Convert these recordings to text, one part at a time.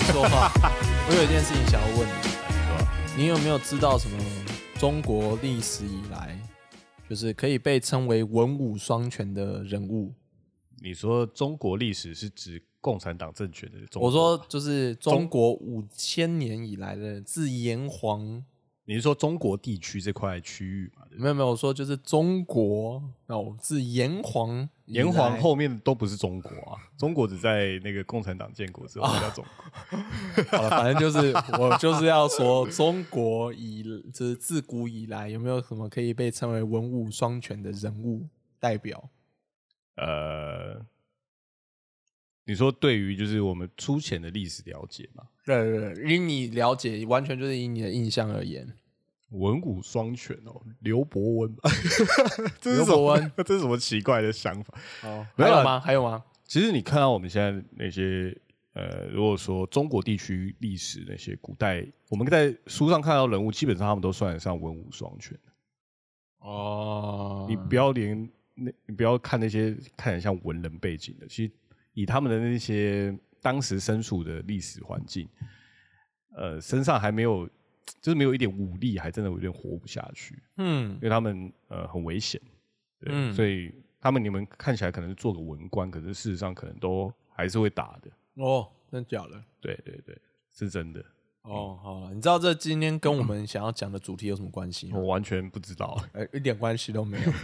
说话。我有一件事情想要问你，你有没有知道什么中国历史以来，就是可以被称为文武双全的人物？ 你说中国历史是指共产党政权的中国？ 我说就是中国5000年以来的，自炎黄。 你是说中国地区这块区域嘛？ 没有，我说就是中国自炎黄以来， 炎黄后面都不是中国啊，中国只在那个共产党建国之后才叫中国。 好了，反正就是我就是要说，中国就是自古以来有没有什么可以被称为文武双全的人物代表？ 你说对于就是我们粗浅的历史了解嘛？ 对，以你了解，完全就是以你的印象而言， 文武双全哦，刘伯温吧？ 刘伯温， 这是什么奇怪的想法？ 哦， 没有吗？还有吗？ 其实你看到我们现在那些如果说中国地区历史那些古代，我们在书上看到人物，基本上他们都算得上文武双全。 哦， 你不要你不要看那些看起来像文人背景的，其实以他们的那些当时身处的历史环境，身上还没有，就是没有一点武力，还真的有点活不下去。因为他们很危险，对，所以你们看起来可能是做个文官，可是事实上可能都还是会打的。 哦，真的假的？ 对，是真的。 哦，好了，你知道这今天跟我们想要讲的主题有什么关系吗？ 我完全不知道， 一点关系都没有。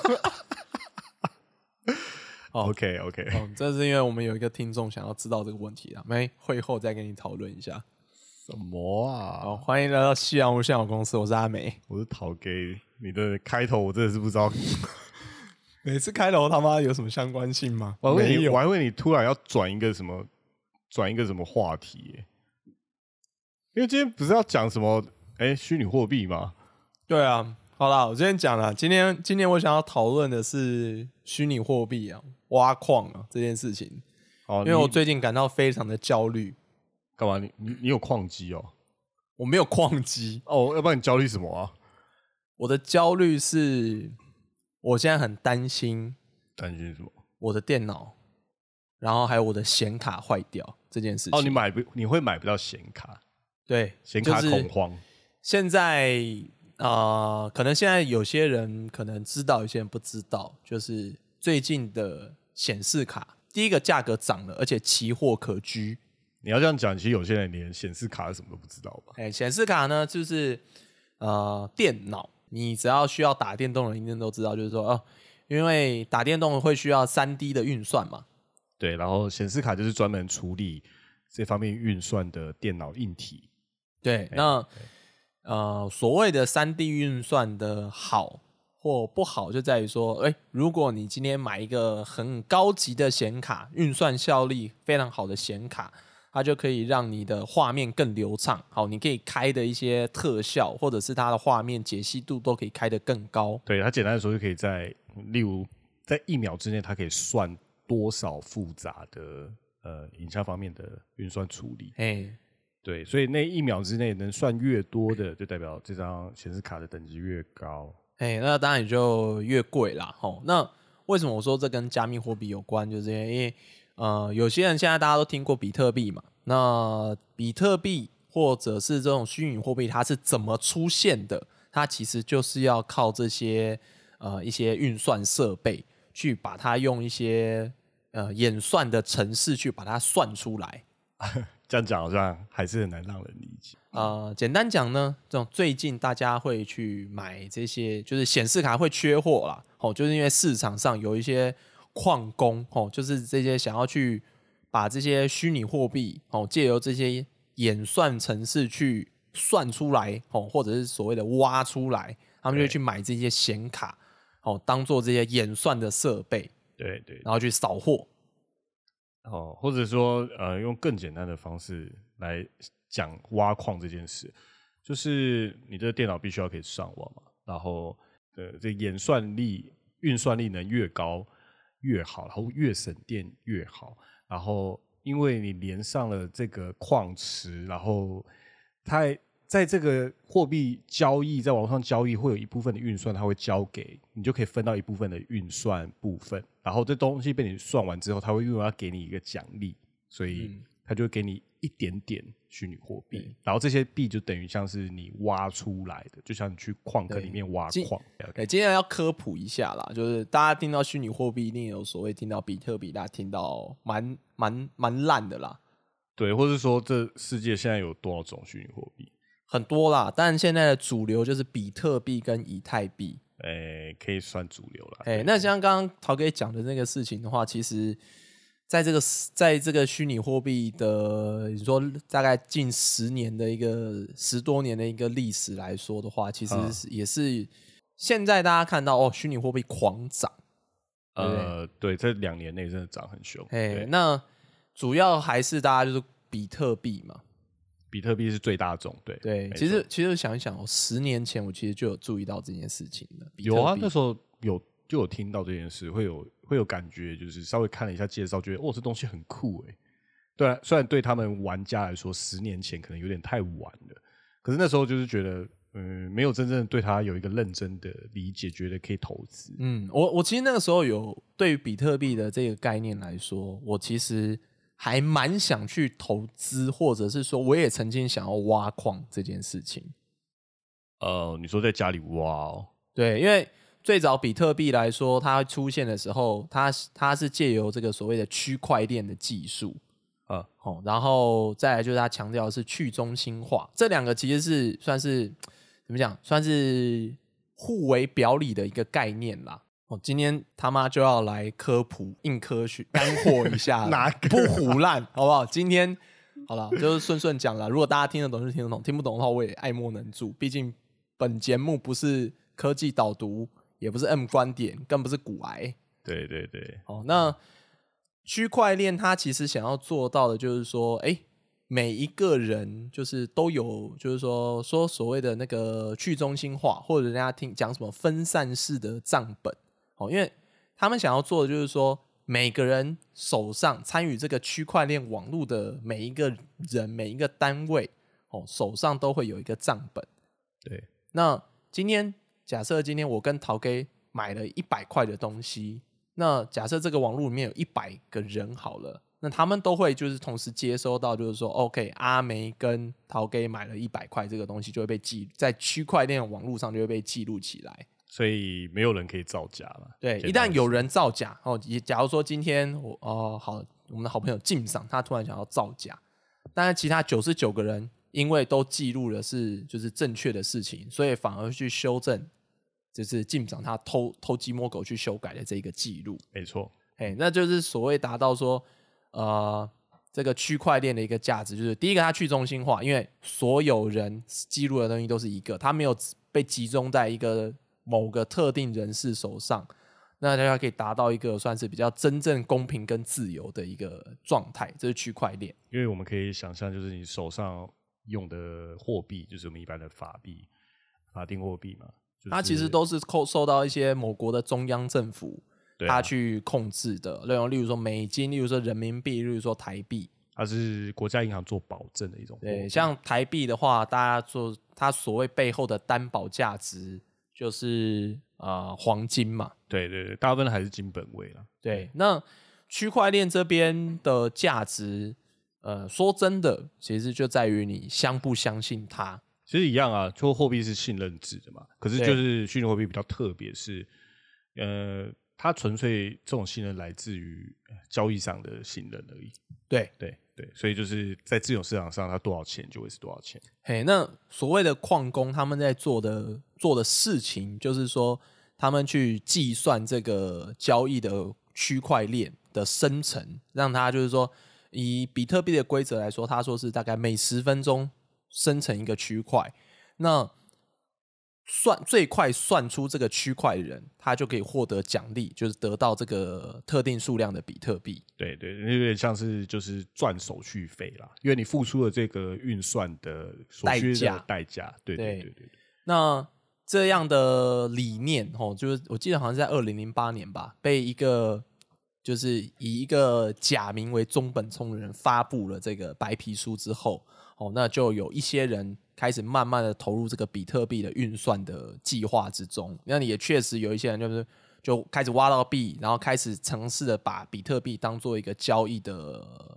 OK， 这是因为我们有一个听众想要知道这个问题啊，会后再跟你讨论一下。 什么啊？ 好，欢迎来到夕阳无限好公司，我是阿美， 我是陶 gay， 你的开头我真的是不知道。 每次开头他妈有什么相关性吗？ 我还以为你突然要转一个什么话题耶，因为今天不是要讲什么虚拟货币吗？ 对啊，好啦，我今天讲了，今天我想要讨论的是虚拟货币啊，挖矿啊这件事情。因为我最近感到非常的焦虑。 干嘛？你有矿机哦？ 我没有矿机哦，要不然你焦虑什么啊？ 我的焦虑是，我现在很担心什么？ 我的电脑，然后还有我的显卡坏掉这件事情。 哦，你会买不到显卡？ 对， 显卡恐慌。 现在可能现在有些人可能知道，有些人不知道，就是最近的显示卡，第一个价格涨了，而且奇货可居。 你要这样讲，其实有些人连显示卡是什么都不知道吧？ 显示卡呢，就是电脑，你只要需要打电动的人一定都知道，就是说因为打电动会需要3D 的运算嘛。 对，然后显示卡就是专门处理这方面运算的电脑硬体。 对，那所谓的3D 运算的好或不好，就在于说，如果你今天买一个很高级的显卡，运算效率非常好的显卡，它就可以让你的画面更流畅。好，你可以开的一些特效，或者是它的画面解析度都可以开得更高。 对，它简单的说就可以例如在1秒之内，它可以算多少复杂的影像方面的运算处理。对，所以那1秒之内能算越多的，就代表这张显示卡的等级越高。 那当然也就越贵啦。那为什么我说这跟加密货币有关？就是因为有些人现在大家都听过比特币嘛，那比特币或者是这种虚拟货币，它是怎么出现的？它其实就是要靠这些一些运算设备去把它用一些演算的程式去把它算出来。 这样讲好像还是很难让人理解。 简单讲呢，这种最近大家会去买这些，就是显示卡会缺货啦。就是因为市场上有一些矿工，就是这些想要去把这些虚拟货币，借由这些演算程式去算出来，或者是所谓的挖出来，他们就会去买这些显卡，当做这些演算的设备， 对， 然后去扫货。 或者说用更简单的方式来讲挖矿这件事，就是你的电脑必须要可以上网嘛，然后这演算力、运算力能越高越好，然后越省电越好，然后因为你连上了这个矿池，然后它在这个货币交易，在网上交易会有一部分的运算，它会交给你，就可以分到一部分的运算部分。然后这东西被你算完之后，它会又要给你一个奖励，所以它就会给你一点点虚拟货币，然后这些币就等于像是你挖出来的，就像你去矿坑里面挖矿。 今天要科普一下啦，就是大家听到虚拟货币一定有所谓听到比特币，大家听到蛮烂的啦。 对，或是说这世界现在有多少种虚拟货币？ 很多啦，但现在的主流就是比特币跟以太币。 可以算主流啦。 那像刚刚陶哥讲的那个事情的话，其实在这个虚拟货币的你说大概近10多年的一个历史来说的话，其实也是现在大家看到虚拟货币狂涨。 对，这2年内真的涨很凶。 那主要还是大家就是比特币嘛。 比特币是最大众，对。 其实想一想10年前我其实就有注意到这件事情了。 有啊，那时候就有听到这件事，会有感觉，就是稍微看了一下介绍，觉得这东西很酷对啊，虽然对他们玩家来说10年前可能有点太晚了，可是那时候就是觉得没有真正对他有一个认真的理解，觉得可以投资。 我其实那个时候有对于比特币的这个概念来说，我其实还蛮想去投资，或者是说我也曾经想要挖矿这件事情。 你说在家里挖对，因为最早比特币来说，它出现的时候，它是借由这个所谓的区块链的技术然后再来就是它强调的是去中心化，这2个其实是算是怎么讲，算是互为表里的一个概念啦。今天他妈就要来科普硬科学干货一下不唬烂好不好？今天好了，就是顺讲了，如果大家听得懂就听得懂，听不懂的话我也爱莫能助，毕竟本节目不是科技导读，也不是 M 观点，更不是股癌。 对。 那区块链它其实想要做到的就是说每一个人就是都有就是说所谓的那个去中心化，或者人家讲什么分散式的账本因为他们想要做的就是说每个人手上参与这个区块链网络的每一个人每一个单位手上都会有一个账本。 对， 那假设今天我跟陶哥买了100块的东西，那假设这个网络里面有100个人好了，那他们都会就是同时接收到，就是说 OK 阿梅跟陶哥买了100块这个东西就会被在区块链网络上就会被记录起来， 所以没有人可以造假了。 对，一旦有人造假假如说今天好，我们的好朋友进赏他突然想要造假，但是其他99个人因为都记录的是就是正确的事情，所以反而去修正，就是进赏他偷鸡摸狗去修改的这个记录。 没错， 那就是所谓达到说这个区块链的一个价值，就是第一个它去中心化，因为所有人记录的东西都是一个，它没有被集中在一个某个特定人士手上，那它可以达到一个算是比较真正公平跟自由的一个状态，这是区块链。 因为我们可以想象，就是你手上用的货币，就是我们一般的法币、法定货币嘛， 它其实都是受到一些某国的中央政府它去控制的，例如说美金，例如说人民币，例如说台币， 它是国家银行做保证的一种货币。 对，像台币的话，大家做它所谓背后的担保价值就是黄金嘛。 对，大部分还是金本位啦。 对，那区块链这边的价值，说真的，其实就在于你相不相信它。 其实一样啊，就货币是信任制的嘛。可是就是虚拟货币比较特别，是它纯粹这种信任来自于交易上的信任而已。对，所以就是在这种市场上，它多少钱就会是多少钱。 那所谓的矿工他们在做的事情，就是说他们去计算这个交易的区块链的生成，让它就是说以比特币的规则来说，他说是大概每10分钟生成一个区块，那最快算出这个区块的人，他就可以获得奖励，就是得到这个特定数量的比特币。 对，有点像是就是赚手续费啦，因为你付出了这个运算的所需的代价。对。 那这样的理念就是我记得好像是在2008年吧，被就是以一个假名为中本聪的人发布了这个白皮书之后，那就有一些人开始慢慢的投入这个比特币的运算的计划之中。那也确实有一些人就开始挖到币，然后开始尝试的把比特币当做一个交易的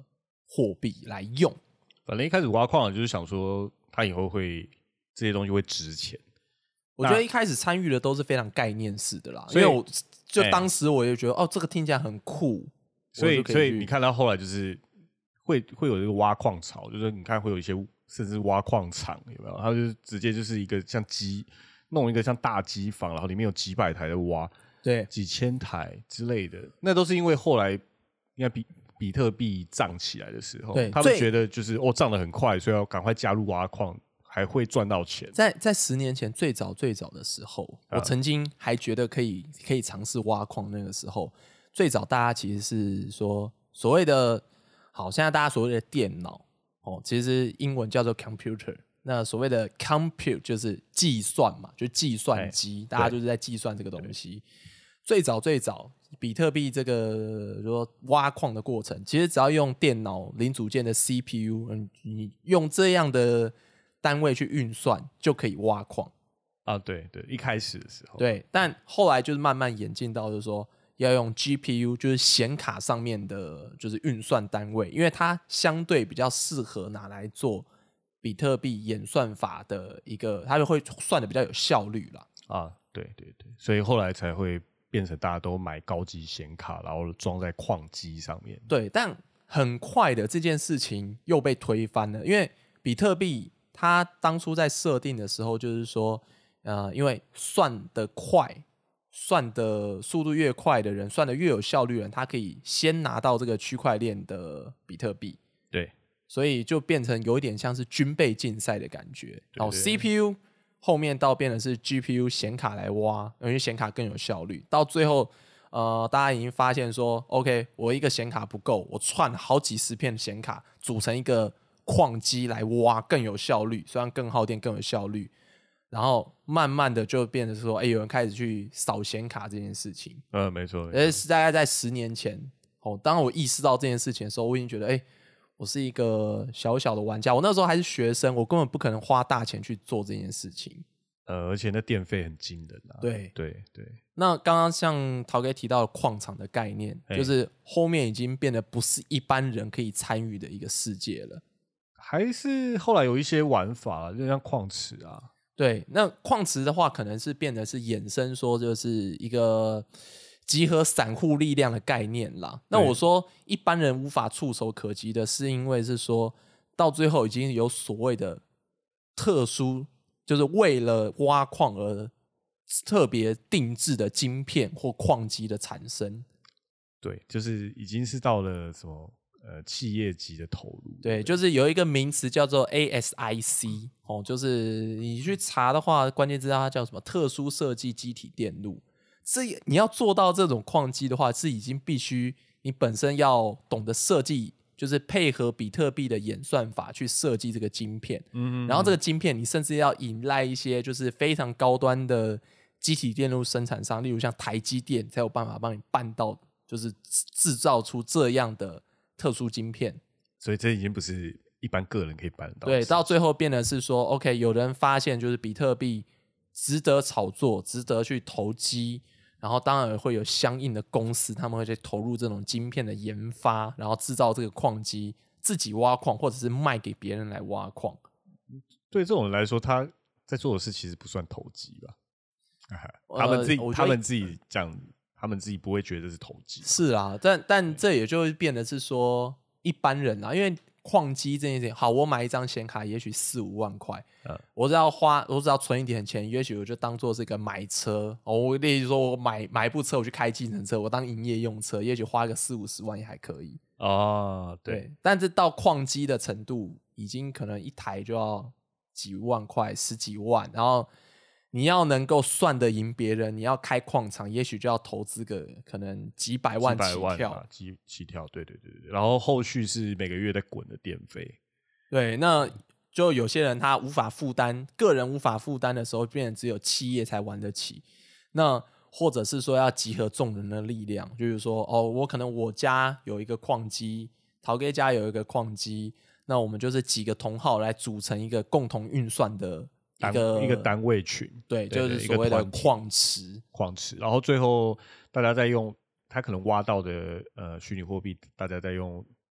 货币来用。 反正一开始挖矿就是想说，它以后会这些东西会值钱。 我觉得一开始参与的都是非常概念式的啦，因所以为我就当时我就觉得，这个听起来很酷， 所以你看到后来就是会有这个挖矿潮，就是你看会有一些甚至挖矿场有没有？它就是直接就是一个像弄一个像大机房，然后里面有几百台的挖， 对， 几千台之类的，那都是因为后来应该比特币涨起来的时候，他们觉得就是涨得很快，所以要赶快加入挖矿，还会赚到钱。 在10年前最早的时候，我曾经还觉得可以尝试挖矿。那个时候最早大家其实是说所谓的现在大家所谓的电脑其实英文叫做 computer。那所谓的 compute 就是计算嘛，就是计算机，大家就是在计算这个东西。最早比特币这个说挖矿的过程，其实只要用电脑零组件的 CPU， 你用这样的单位去运算就可以挖矿啊。对，一开始的时候， 对，但后来就是慢慢演进到就是说要用 GPU， 就是显卡上面的就是运算单位，因为它相对比较适合拿来做比特币演算法的一个，它就会算的比较有效率啦。 啊，对，所以后来才会变成大家都买高级显卡，然后装在矿机上面。 对，但很快的这件事情又被推翻了，因为比特币它当初在设定的时候就是说，因为算得快、算的速度越快的人，算得越有效率的人，他可以先拿到这个区块链的比特币。 对。 所以就变成有一点像是军备竞赛的感觉，然后 CPU 后面到变成是 GPU 显卡来挖，因为显卡更有效率。到最后，大家已经发现说 ，OK， 我一个显卡不够，我串好几十片显卡组成一个矿机来挖更有效率，虽然更耗电更有效率。然后慢慢的就变成说，有人开始去扫显卡这件事情。 没错。 是大概在10年前，当我意识到这件事情的时候，我已经觉得，我是一个小小的玩家，我那时候还是学生，我根本不可能花大钱去做这件事情。 而且那电费很惊人啊。 对。 那刚刚像陶哥提到的矿场的概念，就是后面已经变得不是一般人可以参与的一个世界了。 还是后来有一些玩法，就像矿池啊。 对，那矿池的话，可能是变得是衍生说，就是一个集合散户力量的概念啦。那我说一般人无法触手可及的，是因为是说到最后已经有所谓的特殊，就是为了挖矿而特别定制的晶片或矿机的产生。 对，就是已经是到了什么企业级的投入。 对，就是有一个名词叫做 ASIC 就是你去查的话，关键字它叫什么？特殊设计基体电路。你要做到这种矿机的话，是已经必须你本身要懂得设计，就是配合比特币的演算法去设计这个晶片。然后这个晶片你甚至要依赖一些就是非常高端的基体电路生产商，例如像台积电，才有办法帮你办到，就是制造出这样的特殊晶片。 所以这已经不是一般个人可以办得到的。 对，到最后变得是说 OK， 有人发现就是比特币值得炒作，值得去投机，然后当然会有相应的公司，他们会去投入这种晶片的研发，然后制造这个矿机，自己挖矿或者是卖给别人来挖矿。 对这种人来说，他在做的事其实不算投机吧？他们自己讲，他们自己不会觉得是投机。 是啊，但这也就会变得是说一般人啊，因为矿机这件事情，好，我买一张显卡也许4-5万块，我只要存一点钱，也许我就当做是一个买车我例如说我买一部车，我去开计程车，我当营业用车，也许花个40-50万也还可以对，但是到矿机的程度，已经可能一台就要几万块、10几万，然后你要能够算得赢别人，你要开矿场，也许就要投资个可能几百万起跳，对。然后后续是每个月在滚的电费。 对，那就有些人他无法负担，个人无法负担的时候，变成只有企业才玩得起。那或者是说要集合众人的力量，就是说我可能我家有一个矿机，陶哥家有一个矿机，那我们就是几个同好来组成一个共同运算的一个单位群。 对，就是所谓的矿池。 然后最后大家在用他可能挖到的虚拟货币，大家在用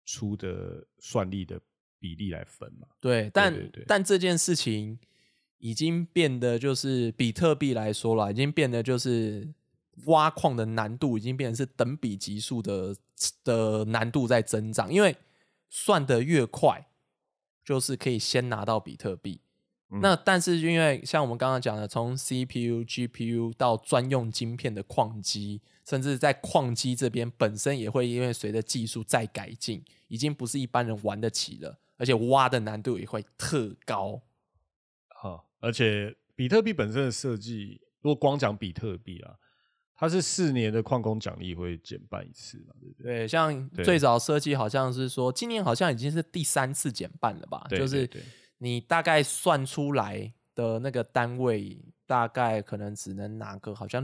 出的算力的比例来分嘛。 对，但这件事情已经变得就是比特币来说啦，已经变得就是挖矿的难度已经变成是等比级数的难度在增长，因为算得越快，就是可以先拿到比特币。那但是因为像我们刚刚讲的，从 CPU、GPU 到专用晶片的矿机，甚至在矿机这边本身也会因为随着技术再改进，已经不是一般人玩得起了，而且挖的难度也会特高。 而且比特币本身的设计，如果光讲比特币啊，它是4年的矿工奖励会减半一次嘛，对不对？ 对，像最早设计好像是说，今年好像已经是第3次减半了吧？ 对， 就是你大概算出来的那个单位，大概可能只能拿个好像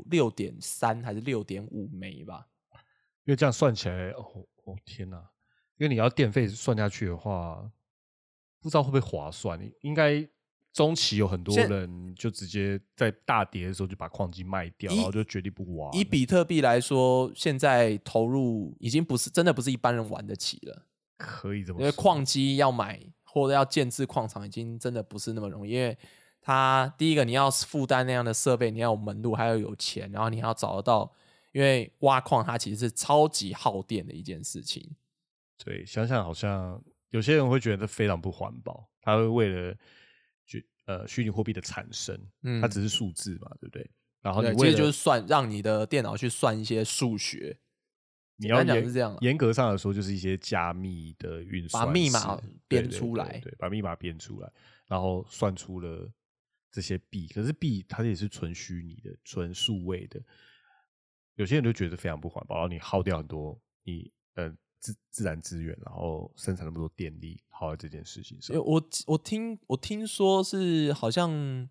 6.3还是6.5枚吧。 因为这样算起来，天哪！因为你要电费算下去的话，不知道会不会划算？应该中期有很多人就直接在大跌的时候就把矿机卖掉，然后就决定不挖。 以比特币来说，现在投入已经真的不是一般人玩得起了。 可以这么说， 因为矿机要买或者要建制矿场，已经真的不是那么容易。因为它第一个你要负担那样的设备，你要有门路，还要有钱，然后你还要找得到。因为挖矿它其实是超级耗电的一件事情。 对，想想好像有些人会觉得非常不环保，他会为了虚拟货币的产生，它只是数字嘛，对不对？然后你其实就是让你的电脑去算一些数学。 你要讲是这样， 严格上来说，就是一些加密的运算， 把密码编出来， 对，把密码编出来，然后算出了这些币。可是币它也是纯虚拟的、纯数位的，有些人就觉得非常不环保，然后你耗掉很多你自然资源，然后生产那么多电力，耗在这件事情上。 我听说是好像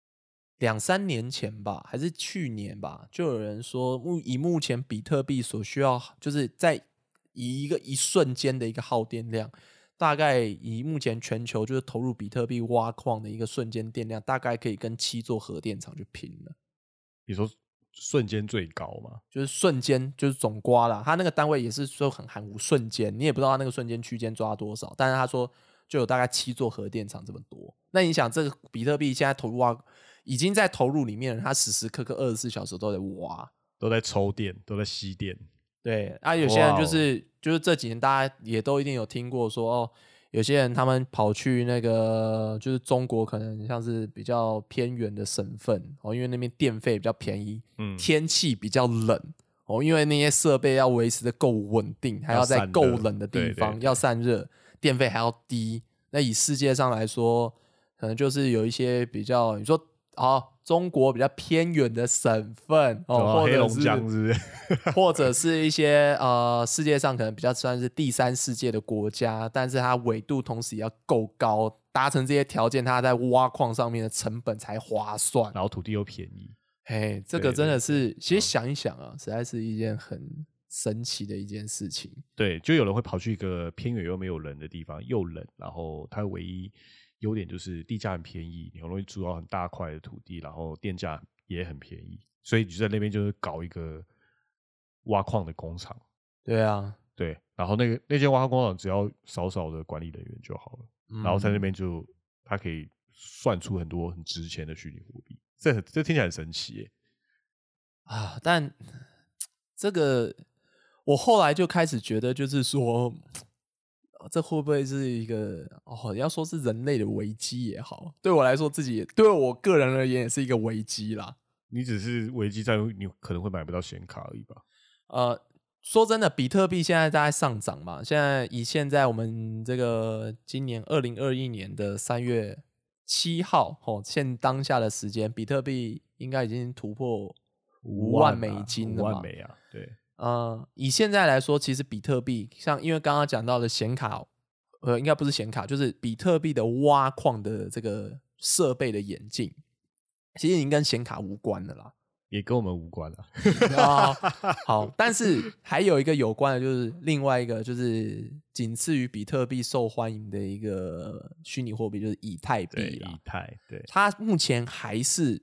2-3年前吧，还是去年吧，就有人说，以目前比特币所需要，就是以一瞬间的一个耗电量，大概以目前全球就是投入比特币挖矿的一个瞬间电量，大概可以跟7座核电厂去拼了。 你说瞬间最高吗？ 就是瞬间，就是总刮啦，他那个单位也是说很含糊，瞬间，你也不知道他那个瞬间区间抓多少，但是他说就有大概7座核电厂这么多。那你想，这个比特币现在已经在投入里面了，它时时刻刻24小时都在挖， 都在抽电，都在吸电。 对啊，有些人就是这几年大家也都一定有听过说有些人他们跑去那个就是中国可能像是比较偏远的省份因为那边电费比较便宜，天气比较冷因为那些设备要维持的够稳定，还要在够冷的地方要散热，电费还要低。那以世界上来说，可能就是有一些比较你说中国比较偏远的省份或者是或者是一些世界上可能比较算是第3世界的国家，但是它纬度同时也要够高，达成这些条件，它在挖矿上面的成本才划算， 然后土地又便宜。 这个真的是其实想一想实在是一件很神奇的一件事情。 对，就有人会跑去一个偏远又没有人的地方，又冷，然后它唯一优点就是地价很便宜，你很容易租到很大块的土地，然后电价也很便宜，所以你就在那边就是搞一个挖矿的工厂。 对啊， 对，然后那间挖矿工厂只要少少的管理人员就好了，然后在那边就它可以算出很多很值钱的虚拟货币，这听起来很神奇耶。 但这个我后来就开始觉得，就是说这会不会是一个要说是人类的危机也好，对我来说对我个人而言也是一个危机啦。 你只是危机在于你可能会买不到显卡而已吧？ 说真的，比特币现在大概上涨嘛，现在我们这个今年2021年的3月7号现当下的时间，比特币应该已经突破5万美金了嘛？5 万美啊，对。 以现在来说，其实比特币因为刚刚讲到的显卡，应该不是显卡，就是比特币的挖矿的这个设备的演进，其实已经跟显卡无关了啦， 也跟我们无关了。 好，但是还有一个有关的，就是另外一个就是仅次于比特币受欢迎的一个虚拟货币，就是以太币啦。 以太，对， 它目前还是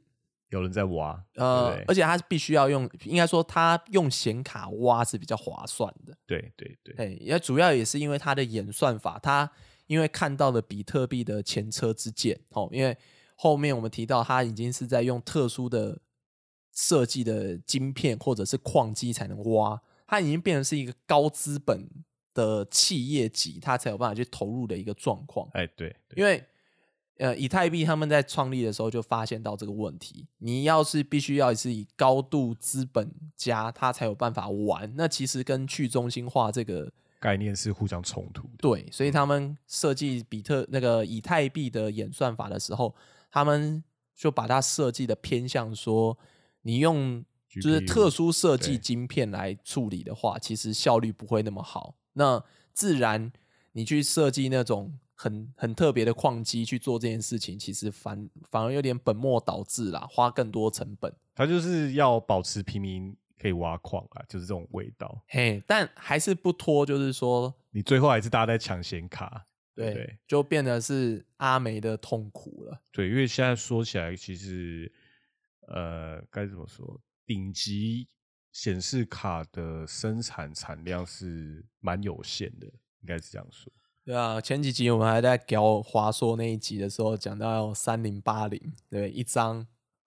有人在挖，对不对？ 而且它必须要用，应该说它用显卡挖是比较划算的。 对对对， 对，也主要也是因为它的演算法，它因为看到了比特币的前车之鉴，因为后面我们提到它已经是在用特殊的设计的晶片或者是矿机才能挖，它已经变成是一个高资本的企业级，它才有办法去投入的一个状况。 哎，对， 因为以太币他们在创立的时候就发现到这个问题，你要是必须要是以高度资本家，他才有办法玩，那其实跟去中心化这个概念是互相冲突的。 对，所以他们设计以太币的演算法的时候，他们就把它设计的偏向说，你用就是特殊设计晶片来处理的话，其实效率不会那么好。那自然你去设计那种很特别的矿机去做这件事情，其实反而有点本末倒置啦，花更多成本。 它就是要保持平民可以挖矿啊，就是这种味道。 嘿，但还是不脱，就是说你最后还是大家在抢显卡， 对， 对， 就变得是阿梅的痛苦了。 对，因为现在说起来，其实该怎么说，顶级显示卡的生产产量是蛮有限的，应该是这样说。 对啊，前几集我们还在聊华硕那一集的时候，讲到3080，对，一张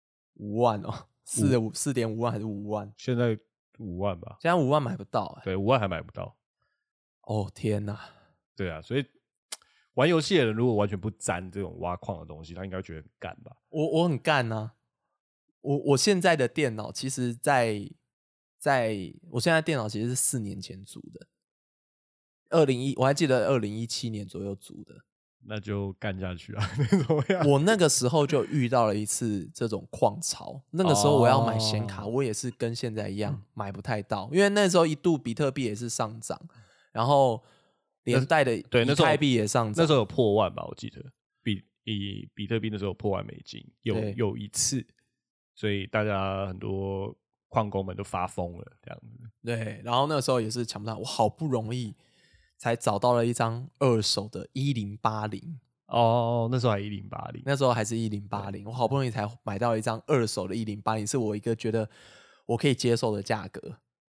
5万哦，4.5万还是5万？ 现在5万吧？ 现在5万买不到、 对，5万还买不到。 哦天哪！ 对啊，所以玩游戏的人如果完全不沾这种挖矿的东西，他应该觉得很干吧？ 我很干啊！我现在的电脑其实我现在电脑其实是4年前组的。我还记得2017年左右组的， 那就干下去啊！ 我那个时候就遇到了一次这种矿潮，那个时候我要买显卡，我也是跟现在一样买不太到，因为那时候一度比特币也是上涨，然后连带的以太币也上涨， 那时候有破万吧，我记得比特币那时候有破万美金，有一次，所以大家很多矿工们都发疯了，这样子。 对，然后那个时候也是抢不到，我好不容易才找到了一张二手的1080。 哦，那时候还1080， 那时候还是1080，我好不容易才买到一张二手的1080，是我一个觉得我可以接受的价格。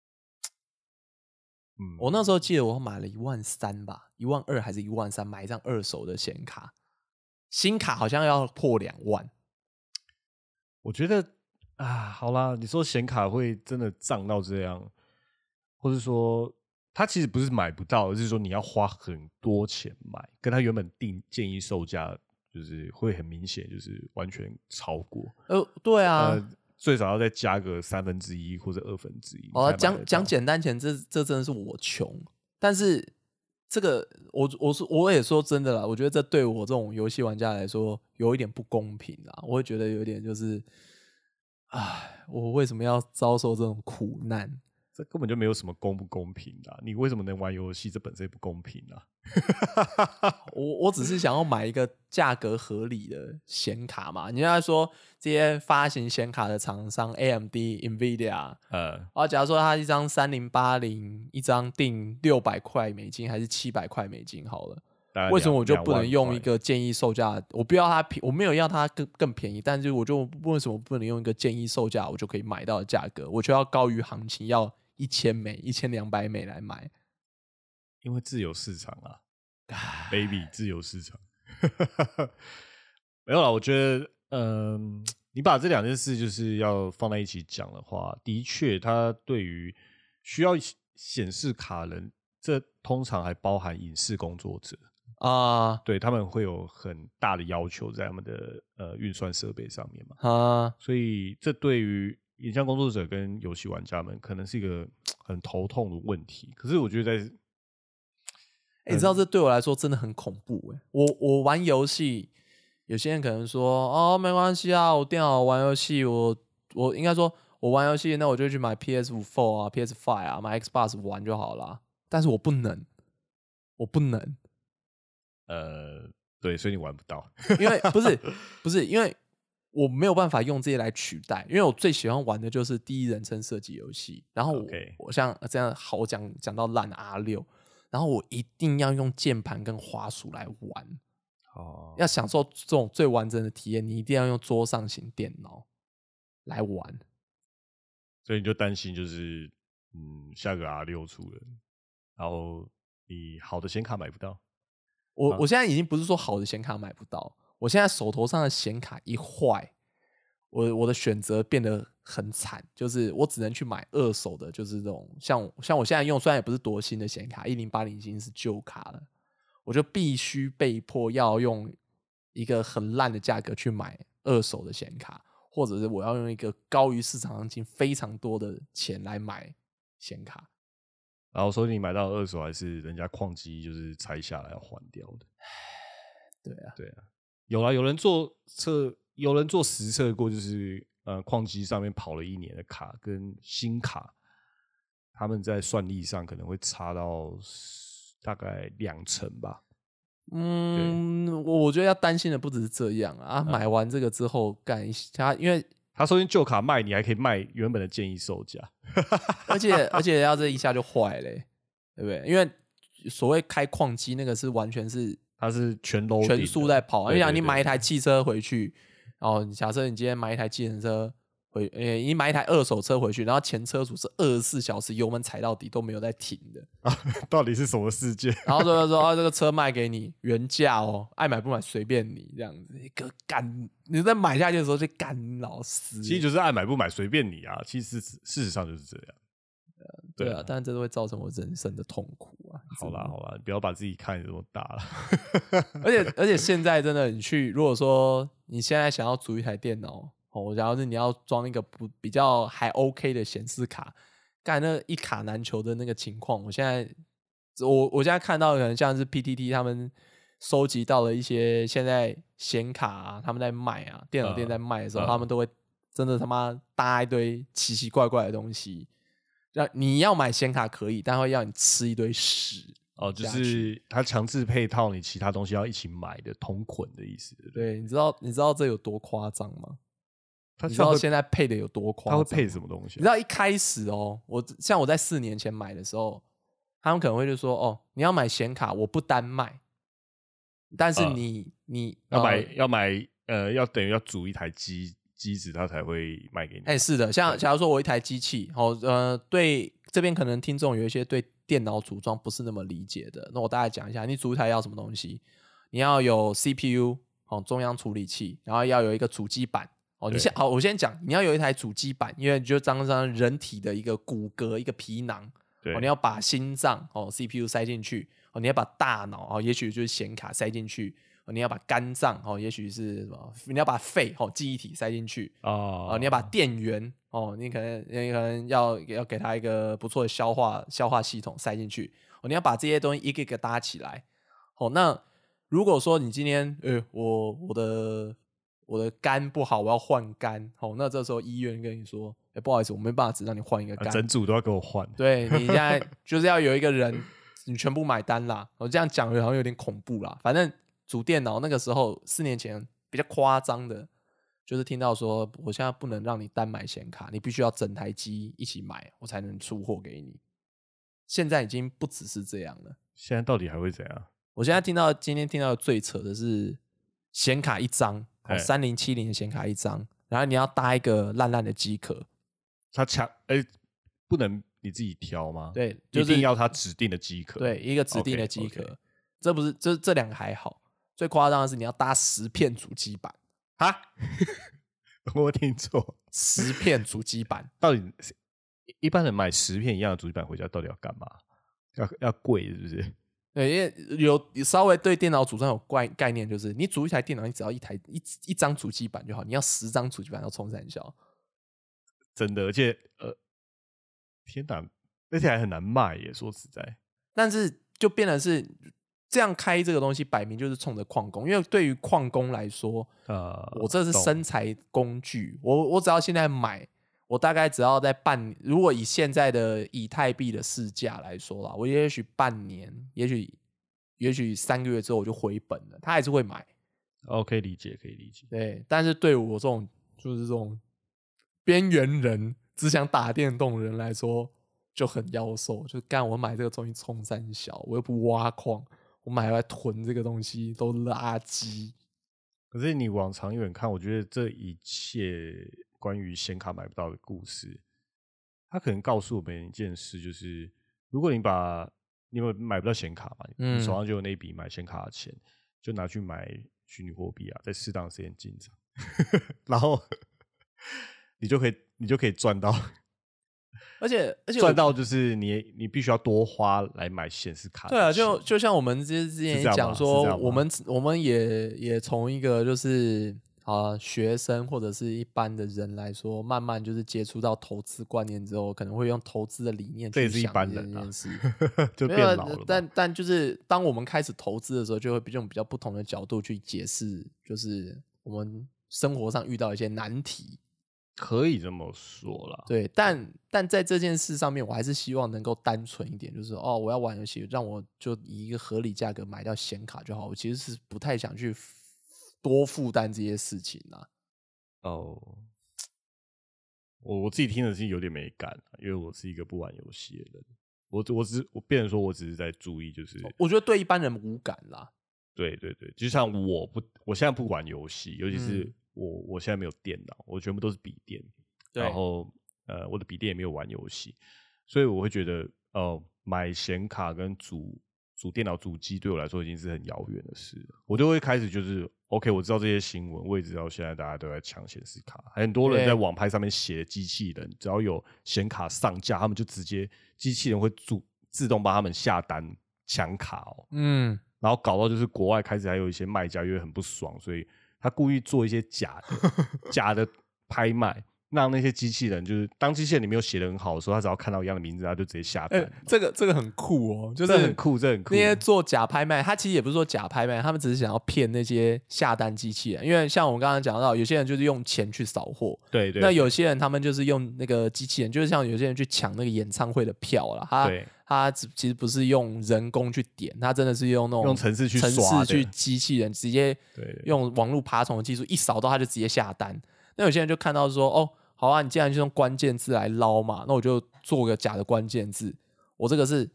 我那时候记得我买了13000吧，12000还是13000，买一张二手的显卡，新卡好像要破2万。 我觉得啊，好啦，你说显卡会真的涨到这样，或是说它其实不是买不到，而是说你要花很多钱买，跟它原本建议售价就是会很明显，就是完全超过。 对啊， 最少要再加个1/3或者1/2。 哦，讲简单钱，这真的是我穷，但是这个我也说真的啦，我觉得这对我这种游戏玩家来说有一点不公平啦，我会觉得有点就是，唉，我为什么要遭受这种苦难？ 这根本就没有什么公不公平啊！你为什么能玩游戏？这本身也不公平啊！ 我只是想要买一个价格合理的显卡嘛。你要说这些发行显卡的厂商 ，AMD、NVIDIA，假如说它一张3080，一张定$600还是$700好了，为什么我就不能用一个建议售价？我不要它我没有要它更便宜，但是我就为什么不能用一个建议售价我就可以买到的价格？我就要高于行情，要$1000、$1200来买。 因为自由市场啊，baby， 自由市场。没有啦，我觉得，你把这两件事就是要放在一起讲的话，的确，它对于需要显示卡人，这通常还包含影视工作者啊，对他们会有很大的要求在他们的运算设备上面嘛，所以这对于影像工作者跟游戏玩家们可能是一个很头痛的问题。可是我觉得你知道这对我来说真的很恐怖欸。我玩游戏，有些人可能说哦没关系啊，我电脑玩游戏，我应该说我玩游戏，那我就去买 PS4 啊 PS5 啊，买 Xbox 玩就好啦。但是我不能。 对，所以你玩不到， 因为不是，因为我没有办法用这些来取代，因为我最喜欢玩的就是第一人称射击游戏。然后我像这样好讲到烂 R6，然后我一定要用键盘跟滑鼠来玩。要享受这种最完整的体验，你一定要用桌上型电脑。 来玩。 所以你就担心就是下个 R6 出了，然后你好的显卡买不到。 我现在已经不是说好的显卡买不到，我现在手头上的显卡一坏，我的选择变得很惨，就是我只能去买二手的，就是这种像我现在用，虽然也不是多新的显卡，1080已经是旧卡了，我就必须被迫要用一个很烂的价格去买二手的显卡，或者是我要用一个高于市场行情非常多的钱来买显卡。 然后说你买到二手还是人家矿机就是拆下来要换掉的。对啊，有人做实测过，就是矿机上面跑了1年的卡跟新卡，他们在算力上可能会差到大概2成吧。 我觉得要担心的不只是这样啊，买完这个之后干一下，因为他说旧卡卖你还可以卖原本的建议售价， 而且要这一下就坏了，对不对？因为所谓开矿机那个是完全是它是全速在跑， 对因为你买一台汽车回去，然后假设你今天买一台计程车你买一台二手车回去，然后前车主是24小时油门踩到底都没有在停的， 到底是什么世界？ 然后就说这个车卖给你原价哦，爱买不买随便你这样子，一个干你在买下去的时候就干老师， 其实就是爱买不买随便你啊，其实事实上就是这样。 对啊，但这都会造成我人生的痛苦啊。 好啦，不要把自己看得这么大了。 而且现在真的，如果说你现在想要组一台电脑，假如是你要装一个比较还 OK 的显示卡，干那一卡难求的那个情况，我现在看到可能像是 PTT 他们收集到了一些现在显卡啊，他们在卖啊，电脑店在卖的时候，他们都会真的他妈搭一堆奇奇怪怪的东西。你要买显卡可以，但会要你吃一堆屎哦，就是他强制配套你其他东西要一起买的同捆的意思。 对，你知道这有多夸张吗？你知道现在配的有多夸张？ 他会配什么东西？ 你知道一开始像我在4年前买的时候，他们可能会就说你要买显卡，我不单卖，但是你要买要等于要组一台机子，他才会卖给你。 是的，像假如说我一台机器，对这边可能听众有一些对电脑组装不是那么理解的，那我大概讲一下，你组一台要什么东西？你要有 CPU 中央处理器，然后要有一个主机板我先讲，你要有一台主机板，因为就当人体的一个骨骼一个皮囊，你要把心脏CPU 塞进去，你要把大脑也许就是显卡塞进去。你要把肝脏也许是什么？你要把肺记忆体塞进去你要把电源你可能要给它一个不错的消化系统塞进去你要把这些东西一个一个搭起来那如果说你今天我的肝不好，我要换肝那这时候医院跟你说不好意思，我没办法只让你换一个肝， 整组都要给我换。 对，你现在就是要有一个人你全部买单啦。我这样讲好像有点恐怖啦，反正组电脑那个时候4年前比较夸张的，就是听到说我现在不能让你单买显卡，你必须要整台机一起买，我才能出货给你。现在已经不只是这样了。 现在到底还会怎样？ 我现在今天听到的最扯的是显卡一张3070的显卡一张，然后你要搭一个烂烂的机壳。 他不能你自己挑吗？ 对，就是一定要他指定的机壳。 对，一个指定的机壳。这不是这两个还好，最夸张的是你要搭10片主机板哈我听错 ，10片主机板。 到底一般人买10片一样的主机板回家到底要干嘛？要贵是不是？ 对，因为有稍微对电脑组装有概念，就是你组一台电脑，你只要一张主机板就好，你要10张主机板要冲三小。 真的，而且天哪，而且还很难卖耶，说实在。 但是就变成是这样开这个东西，摆明就是冲着矿工，因为对于矿工来说，我这是生财工具，我只要现在买，我大概只要在如果以现在的以太币的市价来说啦，我也许半年，也许3个月之后我就回本了，他还是会买。 可以理解，可以理解。 对，但是对我这种就是这种边缘人，只想打电动的人来说，就很夭寿。就干我买这个东西冲三小，我又不挖矿，我买来囤这个东西都垃圾。 可是你往长远看，我觉得这一切关于显卡买不到的故事，他可能告诉我们一件事，就是如果你买不到显卡嘛，你手上就有那笔买显卡的钱，就拿去买虚拟货币啊，在适当的时间进场，然后你就可以赚到。 而且赚到就是你必须要多花来买显示卡。 对啊，就像我们之前也讲说，我们也从一个就是学生或者是一般的人来说，慢慢就是接触到投资观念之后，可能会用投资的理念去想这件事， 就变老了。 但就是当我们开始投资的时候，就会用比较不同的角度去解释，就是我们生活上遇到一些难题。 可以这么说啦， 对，但在这件事上面，我还是希望能够单纯一点，就是我要玩游戏，让我就以一个合理价格买到显卡就好。我其实是不太想去多负担这些事情啦。 我自己听的是有点没感，因为我是一个不玩游戏的人。我变成说我只是在注意，就是我觉得对一般人无感啦。 对，就像我现在不玩游戏，尤其是我现在没有电脑，我全部都是笔电，然后我的笔电也没有玩游戏，所以我会觉得买显卡跟组电脑主机对我来说已经是很遥远的事了。我就会开始就是 OK， 我知道这些新闻，我也知道现在大家都在抢显示卡，很多人在网拍上面写机器人，只要有显卡上架，他们就直接机器人会自动帮他们下单抢卡然后搞到就是国外开始还有一些卖家因为很不爽，所以他故意做一些假的拍卖，让那些机器人就是当机器人你没有写的很好的时候，他只要看到一样的名字，他就直接下单。 这个很酷哦，就是这很酷。 那些做假拍卖，他其实也不是说假拍卖，他们只是想要骗那些下单机器人。因为像我们刚刚讲到，有些人就是用钱去扫货， 对， 那有些人他们就是用那个机器人，就是像有些人去抢那个演唱会的票啦，他其实不是用人工去点，他真的是用那种程式去刷去机器人直接用网络爬虫的技术一扫到他就直接下单。那有些人就看到说好啊，你既然就用关键字来捞嘛，那我就做个假的关键字，我这个是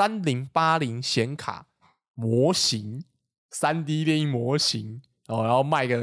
3080显卡模型 3D 列印模型然后卖个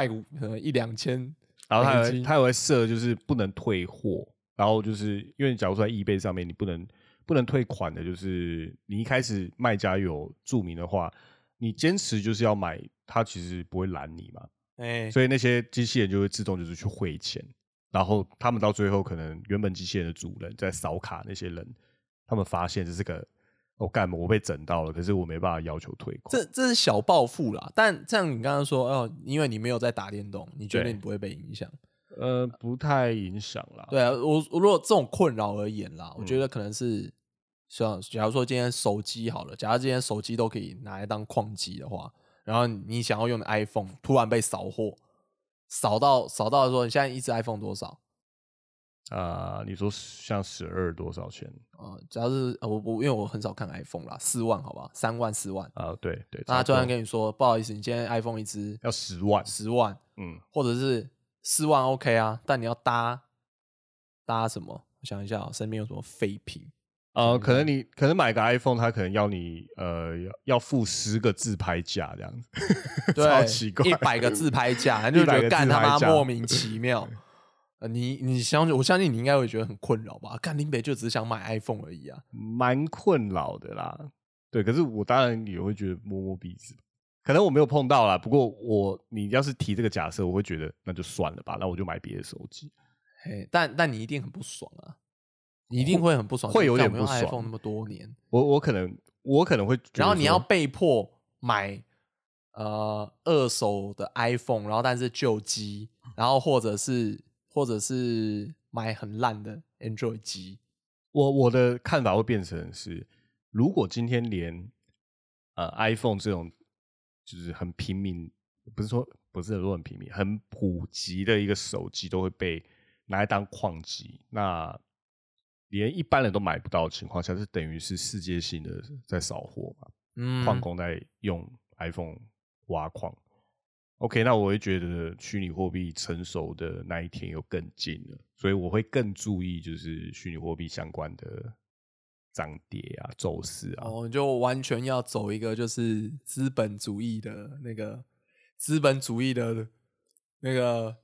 1-2千， 然后他也会设就是不能退货，然后就是因为假如说在 eBay 上面你不能退款的，就是你一开始卖家有注明的话，你坚持就是要买，他其实不会拦你嘛。所以那些机器人就会自动就是去汇钱，然后他们到最后可能原本机器人的主人在扫卡那些人，他们发现这是个我被整到了，可是我没办法要求退款。 这是小报复啦，但像你刚刚说因为你没有在打电动，你觉得你不会被影响？ 不太影响啦。 对啊，我如果这种困扰而言啦，我觉得可能是像假如说今天手机好了，假如今天手机都可以拿来当矿机的话，然后你想要用的 iPhone 突然被扫货，扫到说你现在一只 iPhone 多少？ 你说像12多少钱？ 只要是因为我很少看 iPhone 啦，4万好吧，3万4万对， 那他突然跟你说不好意思，你今天 iPhone 一只要10万， 或者是4万 OK 啊，但你要搭什么？我想一下身边有什么废品？ 可能买个 iPhone， 他可能要你要付10个自拍架这样子，超奇怪 ，100个自拍架，你就觉得干他妈莫名其妙。我相信你应该会觉得很困扰吧？干林北就只是想买 iPhone 而已啊， 蛮困扰的啦。对，可是我当然也会觉得摸摸鼻子，可能我没有碰到啦。不过你要是提这个假设，我会觉得那就算了吧，那我就买别的手机。 但你一定很不爽啊，你一定会很不爽， 会有点不爽。 iPhone 那么多年， 我可能会觉得， 然后你要被迫买二手的 iPhone， 然后但是旧机，然后或者是买很烂的 Android 机。 我的看法会变成是，如果今天连iPhone 这种就是很平民，不是说很平民，很普及的一个手机都会被拿来当矿机，那连一般人都买不到的情况下，是等于是世界性的在扫货嘛？矿工在用 iPhone 挖矿。OK， 那我会觉得虚拟货币成熟的那一天又更近了，所以我会更注意就是虚拟货币相关的涨跌啊、走势啊。 你就完全要走一个就是资本主义的那个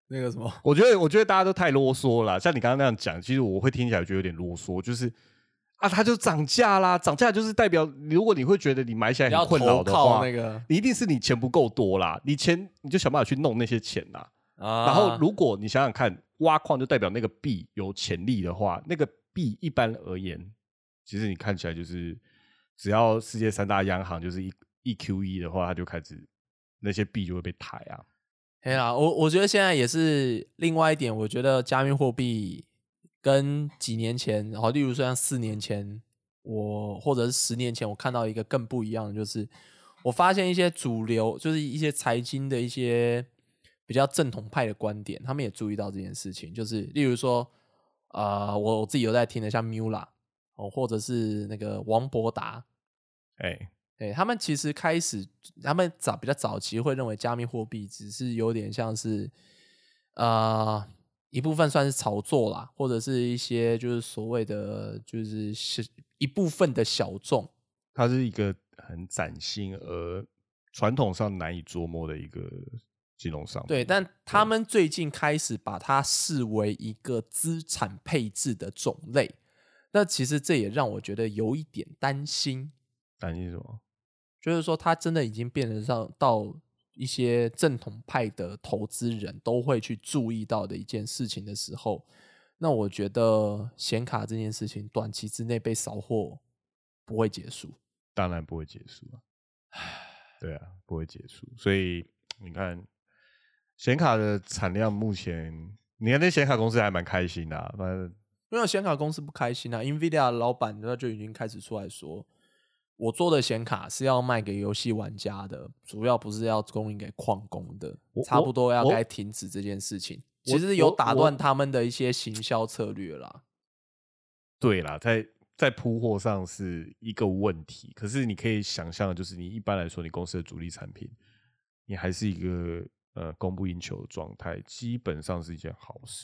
那个什么， 我觉得大家都太啰嗦了啦，像你刚刚那样讲，其实我会听起来觉得有点啰嗦，就是啊，它就涨价啦，涨价就是代表，如果你会觉得你买起来很困扰的话， 那个你一定是你钱不够多啦，你就想办法去弄那些钱啦。然后如果你想想看，挖矿就代表那个币有潜力的话，那个币一般而言，其实你看起来就是只要世界3大央行就是一 QE 的话，它就开始那些币就会被抬啊。 对啦，我觉得现在也是另外一点，我觉得加密货币跟几年前，然后例如说像4年前，或者是10年前，我看到一个更不一样的，就是我发现一些主流，就是一些财经的一些比较正统派的观点，他们也注意到这件事情，就是例如说，我自己有在听的，像 Mula 或者是那个王博达，对，他们其实开始，他们比较早期会认为加密货币只是有点像是一部分算是炒作啦，或者是一些就是所谓的就是一部分的小众， 它是一个很崭新而传统上难以琢磨的一个金融商品。 对，但他们最近开始把它视为一个资产配置的种类，那其实这也让我觉得有一点担心。 担心什么？ 就是说，它真的已经变得到一些正统派的投资人都会去注意到的一件事情的时候，那我觉得显卡这件事情短期之内被扫货不会结束。 当然不会结束啊，对啊，不会结束。所以你看，显卡的产量目前，你看那显卡公司还蛮开心的啊，反正因为显卡公司不开心啊 ，NVIDIA 的老板他就已经开始出来说，我做的显卡是要卖给游戏玩家的，主要不是要供应给矿工的，差不多要该停止这件事情。其实有打断他们的一些行销策略啦。 对啦，在铺货上是一个问题，可是你可以想象，就是你一般来说，你公司的主力产品，你还是一个供不应求的状态，基本上是一件好事。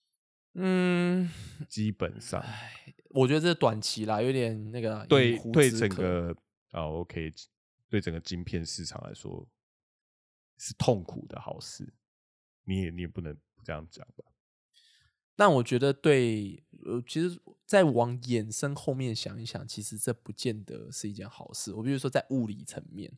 基本上， 我觉得这是短期啦，有点那个对整个OK， 对整个晶片市场来说是痛苦的好事，你也不能这样讲吧。 但我觉得其实再往衍生后面想一想，其实这不见得是一件好事。我比如说在物理层面，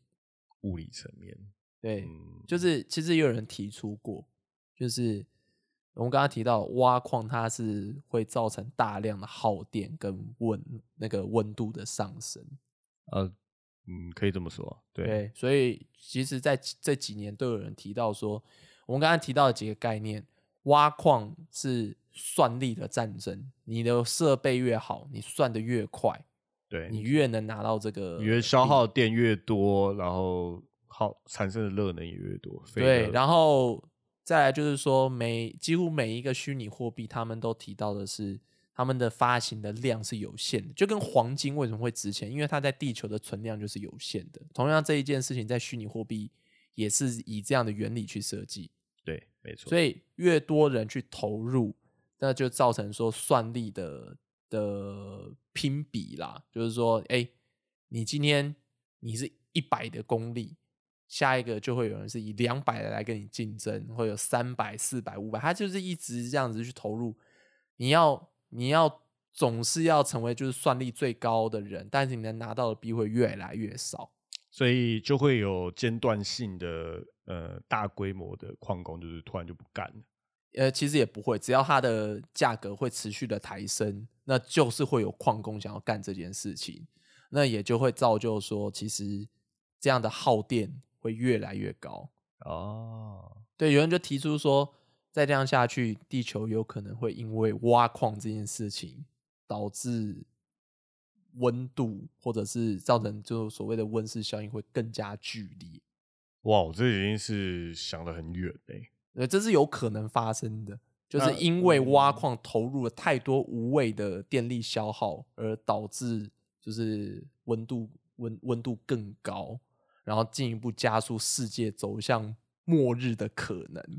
对，就是其实也有人提出过，就是我们刚刚提到挖矿，它是会造成大量的耗电跟温度的上升。 可以这么说， 对，所以其实在这几年都有人提到说，我们刚才提到的几个概念，挖矿是算力的战争，你的设备越好，你算的越快， 对， 你越能拿到这个， 你越消耗电越多，然后产生的热能也越多。 对，然后再来就是说，几乎每一个虚拟货币，他们都提到的是，他们的发行的量是有限的，就跟黄金为什么会值钱，因为它在地球的存量就是有限的。同样这一件事情在虚拟货币也是以这样的原理去设计。 对，没错。 所以越多人去投入，那就造成说算力的拼比啦，就是说，你今天你是100的功力，下一个就会有人是以200的来跟你竞争，会有300、400、500，他就是一直这样子去投入。你要总是要成为就是算力最高的人，但是你能拿到的币会越来越少， 所以就会有间断性的大规模的矿工就是突然就不干了。 其实也不会，只要它的价格会持续的抬升，那就是会有矿工想要干这件事情，那也就会造就说，其实这样的耗电会越来越高。对，有人就提出说，再这样下去，地球有可能会因为挖矿这件事情导致温度，或者是造成就所谓的温室效应会更加剧烈。 哇，这已经是想得很远这是有可能发生的，就是因为挖矿投入了太多无谓的电力消耗，而导致就是温度更高，然后进一步加速世界走向末日的可能。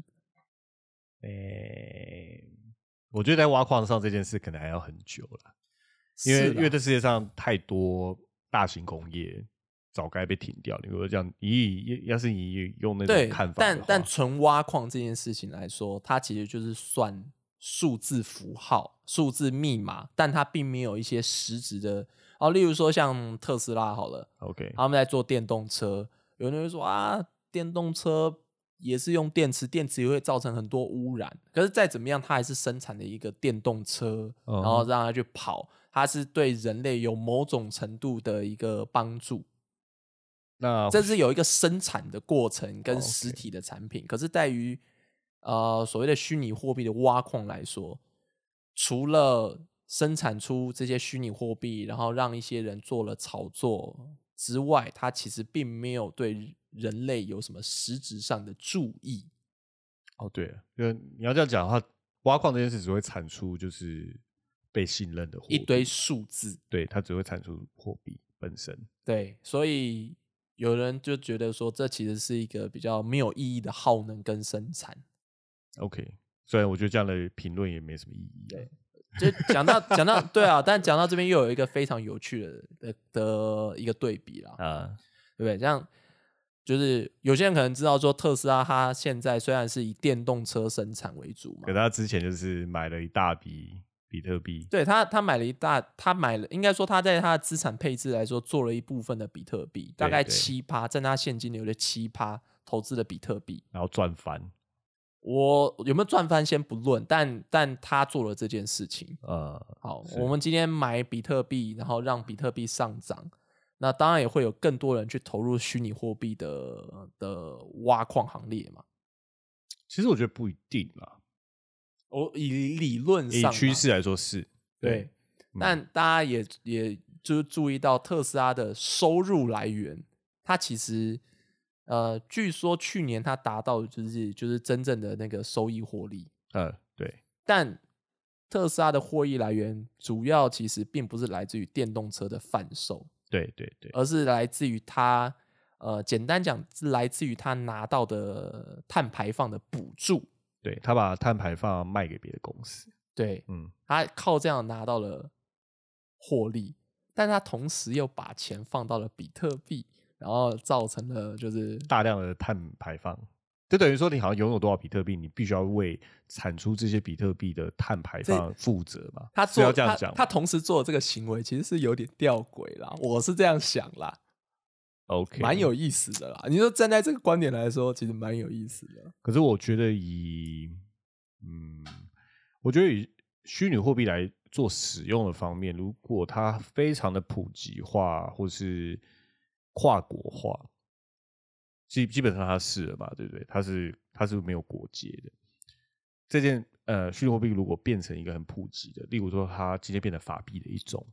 我觉得在挖矿上这件事可能还要很久啦，因为这世界上太多大型工业早该被停掉。你如果这样，要是你用那种对， 看法的话， 但纯挖矿这件事情来说，它其实就是算数字符号、数字密码，但它并没有一些实质的哦。例如说像特斯拉好了 OK， 他们在做电动车，有人会说啊，电动车也是用电池，电池也会造成很多污染。可是再怎么样，它还是生产的一个电动车，然后让它去跑，它是对人类有某种程度的一个帮助。 那这是有一个生产的过程跟实体的产品，可是在于所谓的虚拟货币的挖矿来说，除了生产出这些虚拟货币，然后让一些人做了炒作之外，它其实并没有对人类有什么实质上的注意。 哦，对了，因为你要这样讲的话，挖矿这件事只会产出就是被信任的货币， 一堆数字， 对，它只会产出货币本身。 对，所以有人就觉得说，这其实是一个比较没有意义的耗能跟生产。 OK，虽然我觉得这样的评论也没什么意义。 对，就讲到对啊，但讲到这边又有一个非常有趣的一个对比啦，对不对？像就是有些人可能知道说，特斯拉它现在虽然是以电动车生产为主嘛， 可他之前就是买了一大笔比特币， 对他买了，应该说他在他的资产配置来说做了一部分的比特币，大概7%，占他现金流的7%投资的比特币， 然后赚翻。 我有没有赚翻先不论，但他做了这件事情。好，我们今天买比特币，然后让比特币上涨，那当然也会有更多人去投入虚拟货币的挖矿行列嘛。 其实我觉得不一定啦， 以理论上， 以趋势来说是对，但大家也就是注意到特斯拉的收入来源，它其实据说去年它达到就是真正的那个收益获利， 对， 但特斯拉的获益来源主要其实并不是来自于电动车的贩售， 对， 而是来自于它简单讲是来自于它拿到的碳排放的补助。 对，他把碳排放卖给别的公司， 对，他靠这样拿到了获利，但他同时又把钱放到了比特币，然后造成了就是大量的碳排放，就等于说你好像拥有多少比特币，你必须要为产出这些比特币的碳排放负责嘛？是要这样讲， 他同时做的这个行为其实是有点吊诡啦，我是这样想啦。 OK， 蛮有意思的啦。你说站在这个观点来说，其实蛮有意思的。 可是我觉得我觉得以虚拟货币来做使用的方面，如果它非常的普及化或是跨国化，基本上它是了嘛，对不对？它是没有国界的。这件虚拟货币如果变成一个很普及的，例如说它今天变成法币的一种，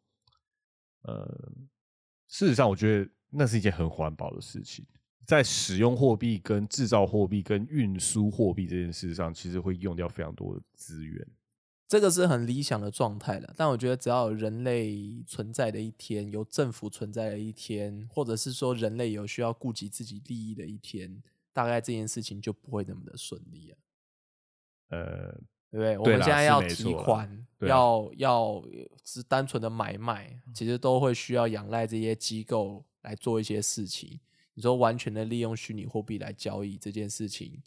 事实上我觉得那是一件很环保的事情。在使用货币、跟制造货币、跟运输货币这件事上，其实会用掉非常多的资源。 这个是很理想的状态了，但我觉得只要有人类存在的一天，有政府存在的一天，或者是说人类有需要顾及自己利益的一天，大概这件事其就不会那么的顺利了。对不对？我们现在要提款，要是单纯的买卖，其实都会需要仰赖这些机构来做一些事情。你说完全的利用虚拟货币来交易这件事情，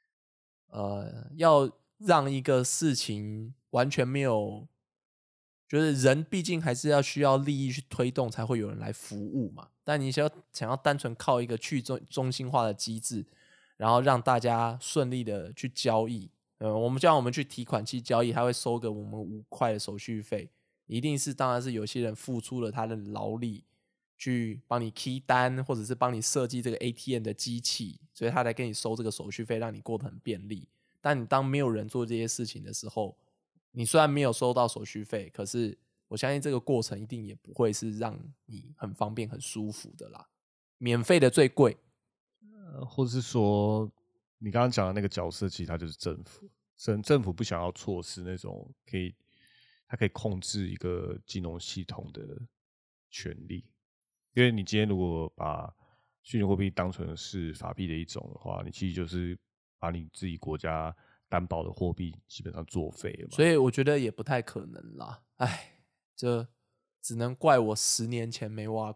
要让一个事情完全没有，就是人毕竟还是要需要利益去推动，才会有人来服务嘛。但你想要单纯靠一个去中心化的机制，然后让大家顺利的去交易。我们叫我们去提款机交易，他会收个我们5块的手续费，一定是当然是有些人付出了他的劳力去帮你 key 单，或者是帮你设计这个 ATM 的机器，所以他来跟你收这个手续费，让你过得很便利。但你当没有人做这些事情的时候，你虽然没有收到手续费，可是我相信这个过程一定也不会是让你很方便很舒服的啦。免费的最贵， 或是说你刚刚讲的那个角色，其实它就是政府。政府不想要错失那种它可以控制一个金融系统的权利，因为你今天如果把虚拟货币当成是法币的一种的话，你其实就是把你自己国家担保的货币基本上作废了嘛。 所以我觉得也不太可能啦。哎，这只能怪我10年前没挖矿，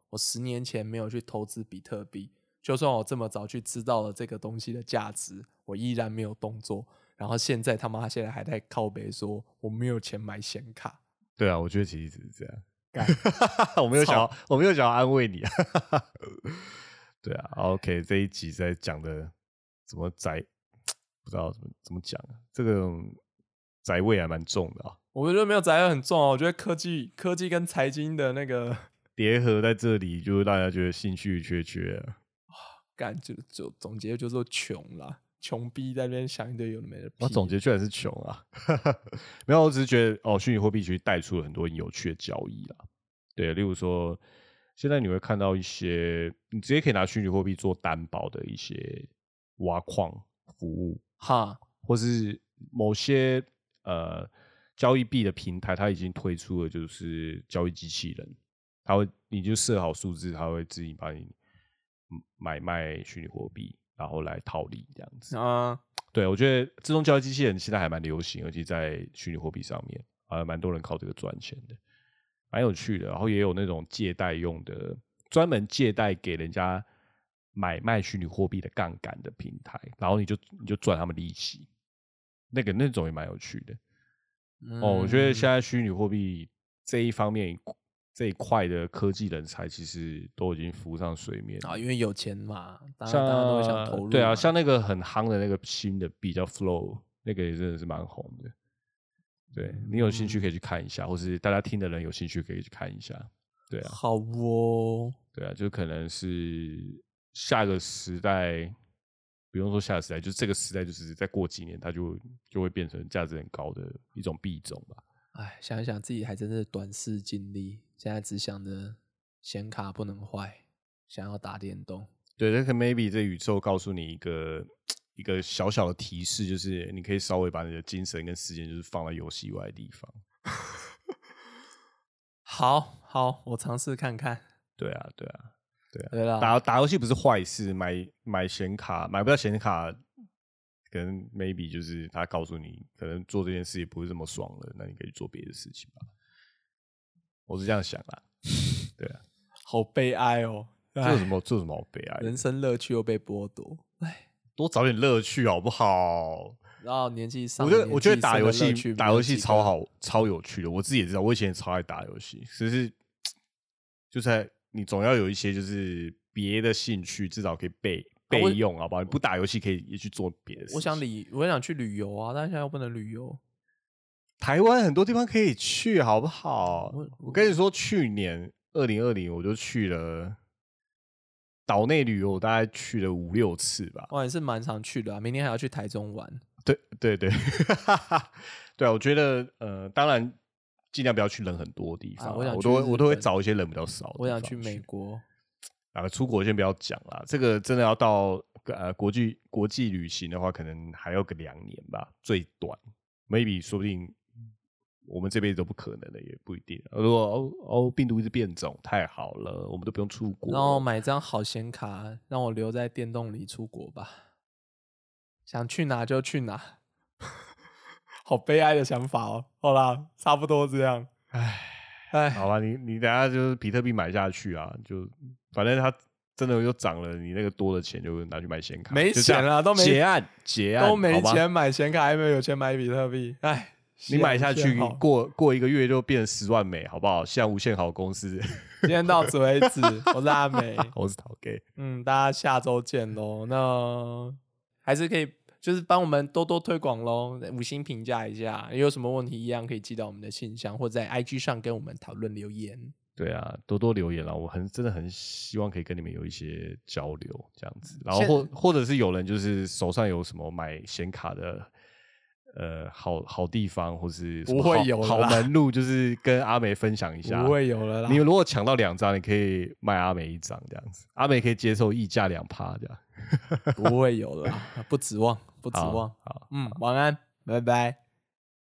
我10年前没有去投资比特币，就算我这么早去知道了这个东西的价值，我依然没有动作。然后现在现在还在靠北说我没有钱买显卡。 对啊，我觉得其实只是这样。 干我没有想要安慰你啊。对啊 ，OK， 这一集在讲的怎么宅，不知道怎么讲啊，这个宅味还蛮重的啊。 我觉得没有宅味很重啊，我觉得科技跟财经的那个叠合在这里，就大家觉得兴趣缺啊。 干就总结就是说穷啦。穷逼在那边想一堆有的没的屁。 我总结居然是穷啊！没有，我只是觉得虚拟货币其实带出了很多有趣的交易啦。对，例如说，现在你会看到一些你直接可以拿虚拟货币做担保的一些挖矿服务， 哈， 或是某些交易币的平台，它已经推出了就是交易机器人，你就设好数字，它会自己帮你买卖虚拟货币。然后来套利这样子对，我觉得自动交易机器人现在还蛮流行，而且在虚拟货币上面蛮多人靠这个赚钱的，蛮有趣的。然后也有那种借贷用的，专门借贷给人家买卖虚拟货币的杠杆的平台，然后你就赚他们利息，那种也蛮有趣的。我觉得现在虚拟货币这一方面这一块的科技人才其实都已经浮上水面啊，因为有钱嘛，大家都会想投入。 对啊，像那个很夯的那个新的币叫 Flow， 那个也真的是蛮红的。对，你有兴趣可以去看一下，或是大家听的人有兴趣可以去看一下。对啊， 好哦。 对啊，就可能是下个时代，不用说下个时代，就是这个时代，就是再过几年，它就会变成价值很高的一种币种吧。 哎，想一想自己还真是短视近利，现在只想着显卡不能坏，想要打电动。 对，这个 maybe 这宇宙告诉你一个小小的提示，就是你可以稍微把你的精神跟时间就是放在游戏以外的地方。 好，我尝试看看。 对啊， 对啦， 打游戏不是坏事，买显卡买不到显卡。可能 maybe 就是他告诉你，可能做这件事也不是这么爽了，那你可以做别的事情吧。我是这样想啦。对啊， 好悲哀哦。 做什么好悲哀？ 人生乐趣又被剥夺，哎， 多找点乐趣好不好？ 然后年纪上， 我觉得打游戏超有趣的。我自己也知道，我以前也超爱打游戏，只是就是你总要有一些就是别的兴趣，至少可以备用，好不好？你不打游戏可以也去做别的事情。 我想去旅游啊，但是现在又不能旅游。 台湾很多地方可以去，好不好？我跟你说，去年2020我就去了岛内旅游，我大概去了5、6次吧。 哇，也是蛮常去的啊！明天还要去台中玩。 对，对啊，我觉得当然尽量不要去人很多的地方，我都会找一些人比较少的地方。 我想去美国。 出国先不要讲啦，这个真的要到国际旅行的话，可能还要个2年吧，最短 ，maybe 说不定我们这辈子都不可能的，也不一定。如果病毒一直变种，太好了，我们都不用出国。 然后买张好显卡，让我留在电动里出国吧，想去哪就去哪。好悲哀的想法哦。好啦，差不多这样。唉， 好吧，你等一下就是比特币买下去啊，就反正它真的又涨了，你那个多的钱就拿去买显卡。 没钱了，都没结案， 都没钱买显卡，还没有钱买比特币。唉， 你买下去过1个月就变成10万美，好不好？像无限好公司。 今天到此为止，我是阿美， 我是陶 Gay。 大家下周见咯。那还是可以。就是帮我们多多推广咯，5星评价一下，有什么问题一样可以寄到我们的信箱，或者在 IG 上跟我们讨论留言。 对啊，多多留言啦，我真的很希望可以跟你们有一些交流这样子，然后或者是有人就是手上有什么买显卡的好地方，或是什么不会有好门路，就是跟阿美分享一下。 不会有了啦。 你如果抢到2张，你可以卖阿美1张这样子，阿美可以接受溢价2%这样。 不会有了啦，不指望。好，晚安，拜拜。